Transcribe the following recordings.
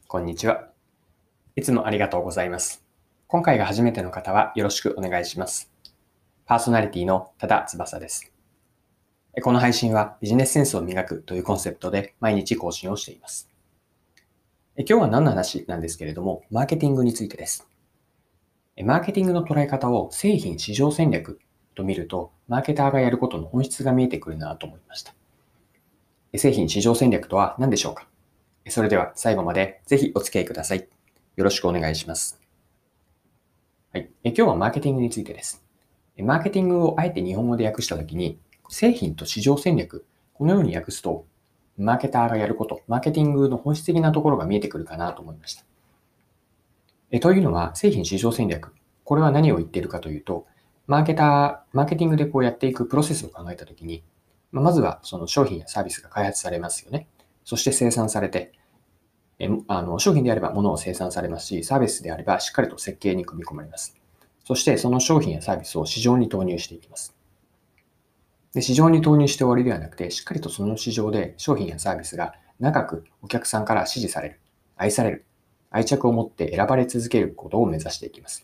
こんにちは。いつもありがとうございます。今回が初めての方はよろしくお願いします。パーソナリティの多田翼です。この配信はビジネスセンスを磨くというコンセプトで毎日更新をしています。今日は何の話なんですけれども、マーケティングについてです。マーケティングの捉え方を製品市場戦略と見ると、マーケターがやることの本質が見えてくるなと思いました。製品市場戦略とは何でしょうか？それでは最後までぜひお付き合いください。よろしくお願いします。はい。今日はマーケティングについてです。マーケティングをあえて日本語で訳したときに、製品と市場戦略、このように訳すと、マーケターがやること、マーケティングの本質的なところが見えてくるかなと思いました。というのは、製品市場戦略、これは何を言っているかというと、マーケティングでこうやっていくプロセスを考えたときに、まずはその商品やサービスが開発されますよね。そして生産されて、商品であれば物を生産されますし、サービスであればしっかりと設計に組み込まれます。そしてその商品やサービスを市場に投入していきます。で、市場に投入して終わりではなくて、しっかりとその市場で商品やサービスが長くお客さんから支持される、愛される、愛着を持って選ばれ続けることを目指していきます。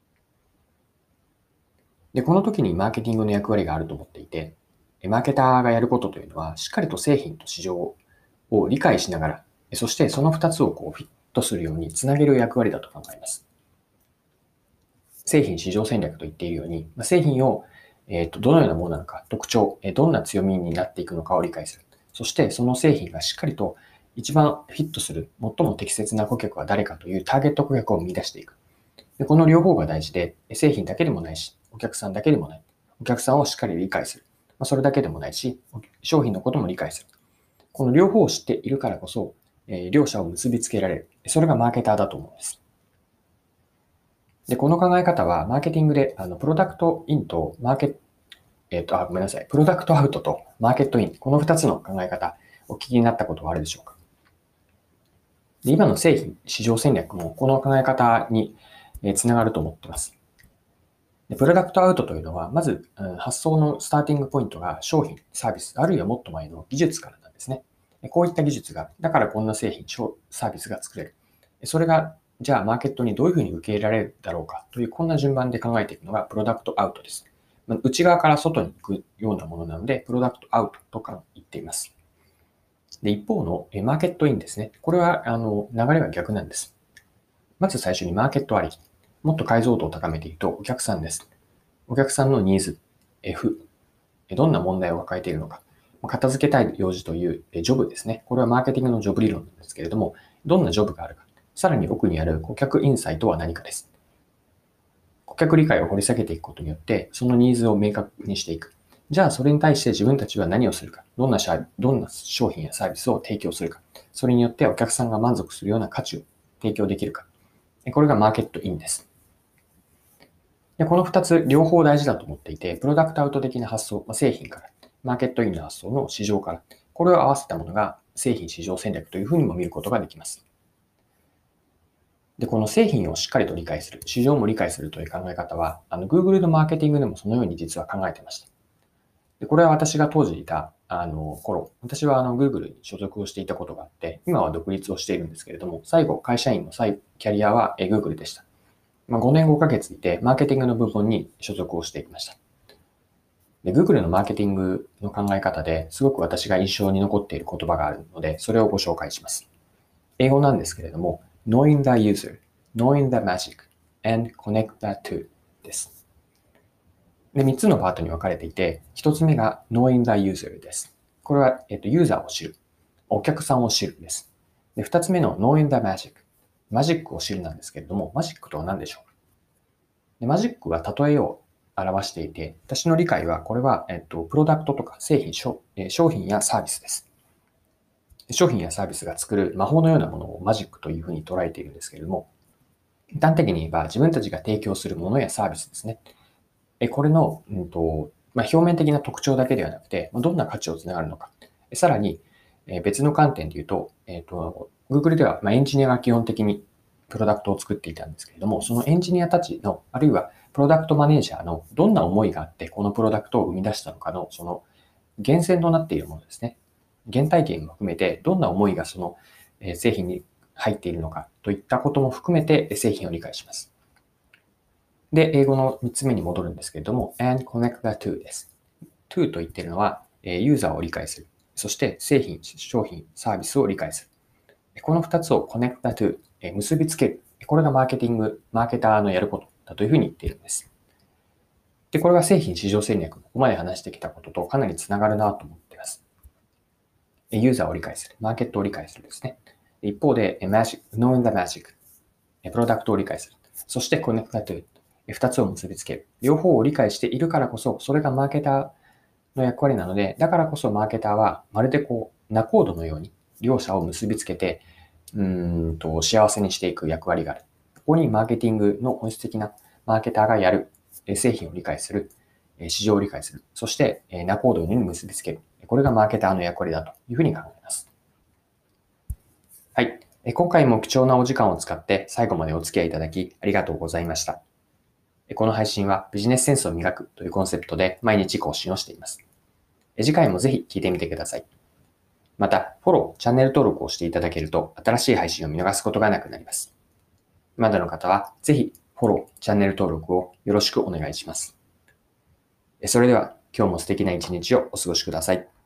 で、この時にマーケティングの役割があると思っていて、マーケターがやることというのは、しっかりと製品と市場を理解しながら、そしてその2つをこうフィットするようにつなげる役割だと考えます。製品市場戦略と言っているように、製品をどのようなものなのか、特徴、どんな強みになっていくのかを理解する。そしてその製品がしっかりと一番フィットする、最も適切な顧客は誰かというターゲット顧客を見出していく。で、この両方が大事で、製品だけでもないし、お客さんだけでもない。お客さんをしっかり理解する。それだけでもないし、商品のことも理解する。この両方を知っているからこそ、両者を結びつけられる。それがマーケターだと思うんです。で、この考え方は、マーケティングで、プロダクトインとマーケごめんなさい。プロダクトアウトとマーケットイン。この2つの考え方、お聞きになったことはあるでしょうか？で、今の製品、市場戦略もこの考え方につながると思っています。で、プロダクトアウトというのは、まず、発想のスターティングポイントが商品、サービス、あるいはもっと前の技術からなんですね。こういった技術が、だからこんな製品、サービスが作れる。それが、じゃあマーケットにどういうふうに受け入れられるだろうかという、こんな順番で考えていくのがプロダクトアウトです。内側から外に行くようなものなので、プロダクトアウトとか言っています。で、一方のマーケットインですね。これは、流れは逆なんです。まず最初にマーケットありき。もっと解像度を高めていくと、お客さんです。お客さんのニーズ、F、どんな問題を抱えているのか。片付けたい用事というジョブですね。これはマーケティングのジョブ理論なんですけれども、どんなジョブがあるか。さらに奥にある顧客インサイトは何かです。顧客理解を掘り下げていくことによって、そのニーズを明確にしていく。じゃあ、それに対して自分たちは何をするか。どんな商品やサービスを提供するか。それによってお客さんが満足するような価値を提供できるか。これがマーケットインです。で、この2つ両方大事だと思っていて、プロダクトアウト的な発想、製品から、マーケットインの発想の市場から、これを合わせたものが製品市場戦略というふうにも見ることができます。で、この製品をしっかりと理解する、市場も理解するという考え方は、Google のマーケティングでもそのように実は考えてました。で、これは私が当時いた、頃、私はGoogle に所属をしていたことがあって、今は独立をしているんですけれども、最後、会社員のキャリアは Google でした。5年5ヶ月いて、マーケティングの部門に所属をしていました。で、Google のマーケティングの考え方ですごく私が印象に残っている言葉があるので、それをご紹介します。英語なんですけれども、Knowing the user, knowing the magic, and connect the two です。で、3つのパートに分かれていて、1つ目が Knowing the user です。これは、ユーザーを知る。お客さんを知るです。で、2つ目の Knowing the magic。マジックを知るなんですけれども、マジックとは何でしょうか？で、マジックは例えを表していて、私の理解は、これは、プロダクトとか製品、商品やサービスです。商品やサービスが作る魔法のようなものをマジックというふうに捉えているんですけれども、端的に言えば自分たちが提供するものやサービスですね。これの、表面的な特徴だけではなくて、どんな価値をつながるのか。さらに、別の観点で言うと、Google では、エンジニアが基本的にプロダクトを作っていたんですけれども、そのエンジニアたちの、あるいはプロダクトマネージャーのどんな思いがあって、このプロダクトを生み出したのかの、その源泉となっているものですね。原体験も含めて、どんな思いがその製品に入っているのかといったことも含めて製品を理解します。で、英語の3つ目に戻るんですけれども、and connect the two です。to と言っているのは、ユーザーを理解する。そして製品、商品、サービスを理解する。この2つを connect the two、結びつける。これがマーケテターのやることだというふうに言っているんです。で、これが製品市場戦略、ここまで話してきたこととかなりつながるなと思っています。ユーザーを理解する。マーケットを理解するですね。一方で、knowing the magic、プロダクトを理解する。そして connect the two、2つを結びつける。両方を理解しているからこそ、それがマーケターの役割なので、だからこそマーケターはまるで仲人のように両者を結びつけて、幸せにしていく役割がある。ここにマーケティングの本質的なマーケターがやる、製品を理解する、市場を理解する、そして仲人のように結びつける。これがマーケターの役割だというふうに考えます。はい。今回も貴重なお時間を使って最後までお付き合いいただきありがとうございました。この配信はビジネスセンスを磨くというコンセプトで毎日更新をしています。次回もぜひ聞いてみてください。また、フォロー、チャンネル登録をしていただけると新しい配信を見逃すことがなくなります。まだの方はぜひフォロー、チャンネル登録をよろしくお願いします。それでは今日も素敵な一日をお過ごしください。